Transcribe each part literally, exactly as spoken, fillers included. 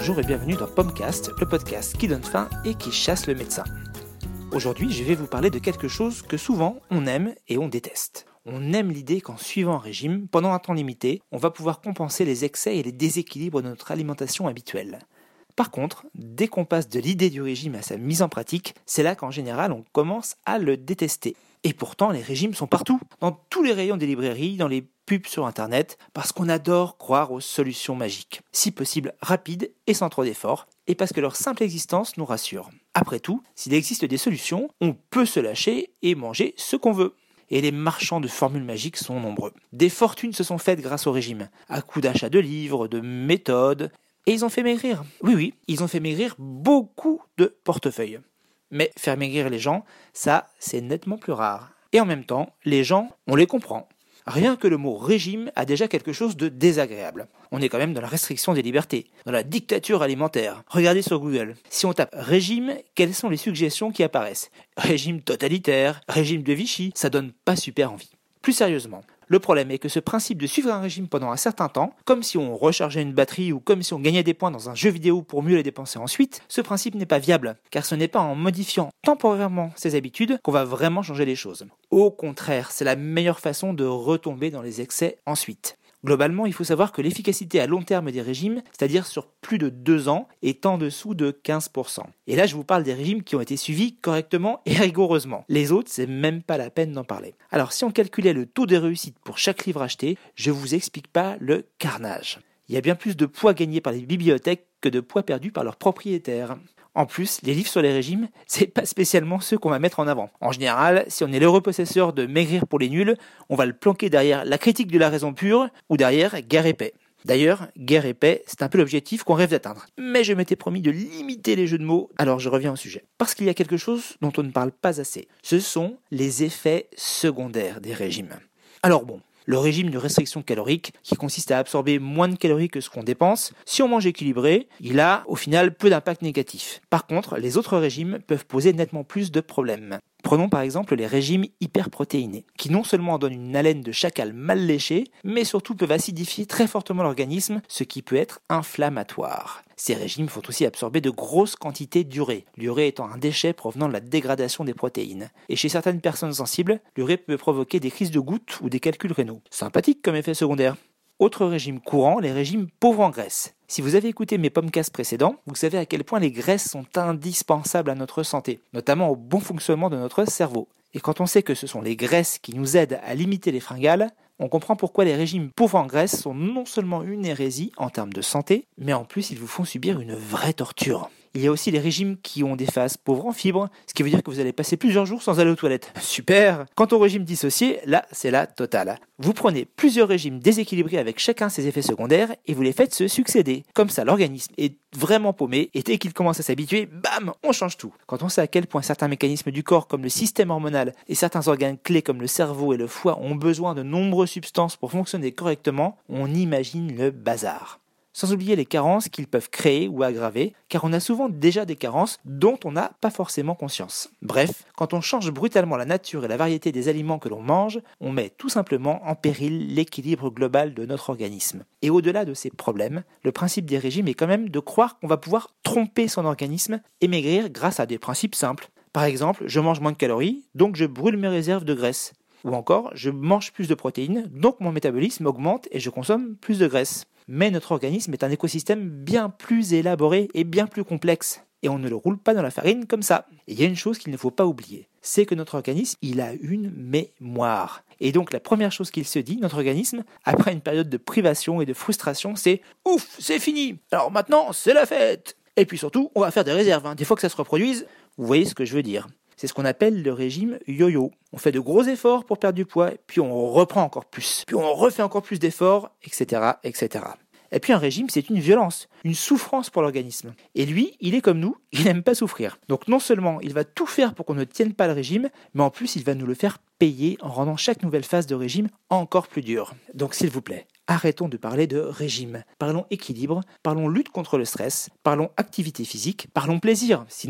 Bonjour et bienvenue dans Pomcast, le podcast qui donne faim et qui chasse le médecin. Aujourd'hui, je vais vous parler de quelque chose que souvent on aime et on déteste. On aime l'idée qu'en suivant un régime, pendant un temps limité, on va pouvoir compenser les excès et les déséquilibres de notre alimentation habituelle. Par contre, dès qu'on passe de l'idée du régime à sa mise en pratique, c'est là qu'en général on commence à le détester. Et pourtant, les régimes sont partout, dans tous les rayons des librairies, dans les pubs sur internet, parce qu'on adore croire aux solutions magiques, si possible rapides et sans trop d'efforts, et parce que leur simple existence nous rassure. Après tout, s'il existe des solutions, on peut se lâcher et manger ce qu'on veut. Et les marchands de formules magiques sont nombreux. Des fortunes se sont faites grâce au régime, à coups d'achats de livres, de méthodes, et ils ont fait maigrir. Oui, oui, ils ont fait maigrir beaucoup de portefeuilles. Mais faire maigrir les gens, ça, c'est nettement plus rare. Et en même temps, les gens, on les comprend. Rien que le mot régime a déjà quelque chose de désagréable. On est quand même dans la restriction des libertés, dans la dictature alimentaire. Regardez sur Google. Si on tape régime, quelles sont les suggestions qui apparaissent ? Régime totalitaire, régime de Vichy, ça donne pas super envie. Plus sérieusement, le problème est que ce principe de suivre un régime pendant un certain temps, comme si on rechargeait une batterie ou comme si on gagnait des points dans un jeu vidéo pour mieux les dépenser ensuite, ce principe n'est pas viable, car ce n'est pas en modifiant temporairement ses habitudes qu'on va vraiment changer les choses. Au contraire, c'est la meilleure façon de retomber dans les excès ensuite. Globalement, il faut savoir que l'efficacité à long terme des régimes, c'est-à-dire sur plus de deux ans, est en dessous de quinze pour cent. Et là, je vous parle des régimes qui ont été suivis correctement et rigoureusement. Les autres, c'est même pas la peine d'en parler. Alors, si on calculait le taux de réussite pour chaque livre acheté, je vous explique pas le carnage. Il y a bien plus de poids gagné par les bibliothèques que de poids perdu par leurs propriétaires. En plus, les livres sur les régimes, c'est pas spécialement ceux qu'on va mettre en avant. En général, si on est l'heureux possesseur de Maigrir pour les nuls, on va le planquer derrière La critique de la raison pure ou derrière Guerre et paix. D'ailleurs, Guerre et paix, c'est un peu l'objectif qu'on rêve d'atteindre. Mais je m'étais promis de limiter les jeux de mots, alors je reviens au sujet. Parce qu'il y a quelque chose dont on ne parle pas assez. Ce sont les effets secondaires des régimes. Alors bon, le régime de restriction calorique, qui consiste à absorber moins de calories que ce qu'on dépense, si on mange équilibré, il a au final peu d'impact négatif. Par contre, les autres régimes peuvent poser nettement plus de problèmes. Prenons par exemple les régimes hyperprotéinés, qui non seulement donnent une haleine de chacal mal léchée, mais surtout peuvent acidifier très fortement l'organisme, ce qui peut être inflammatoire. Ces régimes font aussi absorber de grosses quantités d'urée, l'urée étant un déchet provenant de la dégradation des protéines. Et chez certaines personnes sensibles, l'urée peut provoquer des crises de gouttes ou des calculs rénaux. Sympathique comme effet secondaire. Autre régime courant, les régimes pauvres en graisse. Si vous avez écouté mes podcasts précédents, vous savez à quel point les graisses sont indispensables à notre santé, notamment au bon fonctionnement de notre cerveau. Et quand on sait que ce sont les graisses qui nous aident à limiter les fringales, on comprend pourquoi les régimes pauvres en graisse sont non seulement une hérésie en termes de santé, mais en plus ils vous font subir une vraie torture. Il y a aussi les régimes qui ont des phases pauvres en fibres, ce qui veut dire que vous allez passer plusieurs jours sans aller aux toilettes. Super! Quant au régime dissocié, là, c'est la totale. Vous prenez plusieurs régimes déséquilibrés avec chacun ses effets secondaires et vous les faites se succéder. Comme ça, l'organisme est vraiment paumé et dès qu'il commence à s'habituer, bam, on change tout. Quand on sait à quel point certains mécanismes du corps comme le système hormonal et certains organes clés comme le cerveau et le foie ont besoin de nombreuses substances pour fonctionner correctement, on imagine le bazar. Sans oublier les carences qu'ils peuvent créer ou aggraver, car on a souvent déjà des carences dont on n'a pas forcément conscience. Bref, quand on change brutalement la nature et la variété des aliments que l'on mange, on met tout simplement en péril l'équilibre global de notre organisme. Et au-delà de ces problèmes, le principe des régimes est quand même de croire qu'on va pouvoir tromper son organisme et maigrir grâce à des principes simples. Par exemple, je mange moins de calories, donc je brûle mes réserves de graisse. Ou encore, je mange plus de protéines, donc mon métabolisme augmente et je consomme plus de graisse. Mais notre organisme est un écosystème bien plus élaboré et bien plus complexe. Et on ne le roule pas dans la farine comme ça. Et il y a une chose qu'il ne faut pas oublier, c'est que notre organisme, il a une mémoire. Et donc la première chose qu'il se dit, notre organisme, après une période de privation et de frustration, c'est « Ouf, c'est fini, alors maintenant c'est la fête !» Et puis surtout, on va faire des réserves, hein. Des fois que ça se reproduise, vous voyez ce que je veux dire. C'est ce qu'on appelle le régime yo-yo. On fait de gros efforts pour perdre du poids, puis on reprend encore plus, puis on refait encore plus d'efforts, et cetera, et cetera. Et puis un régime, c'est une violence, une souffrance pour l'organisme. Et lui, il est comme nous, il n'aime pas souffrir. Donc non seulement il va tout faire pour qu'on ne tienne pas le régime, mais en plus il va nous le faire payer en rendant chaque nouvelle phase de régime encore plus dure. Donc s'il vous plaît, arrêtons de parler de régime. Parlons équilibre, parlons lutte contre le stress, parlons activité physique, parlons plaisir, sinon à quoi bon ?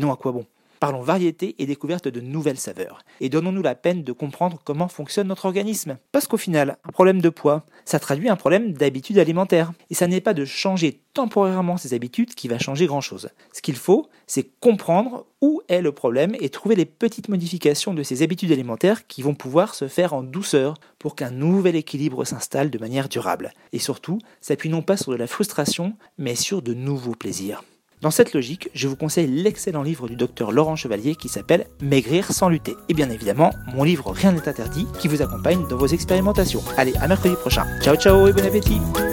Parlons variété et découverte de nouvelles saveurs. Et donnons-nous la peine de comprendre comment fonctionne notre organisme. Parce qu'au final, un problème de poids, ça traduit un problème d'habitude alimentaire. Et ça n'est pas de changer temporairement ses habitudes qui va changer grand-chose. Ce qu'il faut, c'est comprendre où est le problème et trouver les petites modifications de ses habitudes alimentaires qui vont pouvoir se faire en douceur pour qu'un nouvel équilibre s'installe de manière durable. Et surtout, s'appuie non pas sur de la frustration, mais sur de nouveaux plaisirs. Dans cette logique, je vous conseille l'excellent livre du docteur Laurent Chevalier qui s'appelle « Maigrir sans lutter ». Et bien évidemment, mon livre « Rien n'est interdit » qui vous accompagne dans vos expérimentations. Allez, à mercredi prochain. Ciao ciao et bon appétit!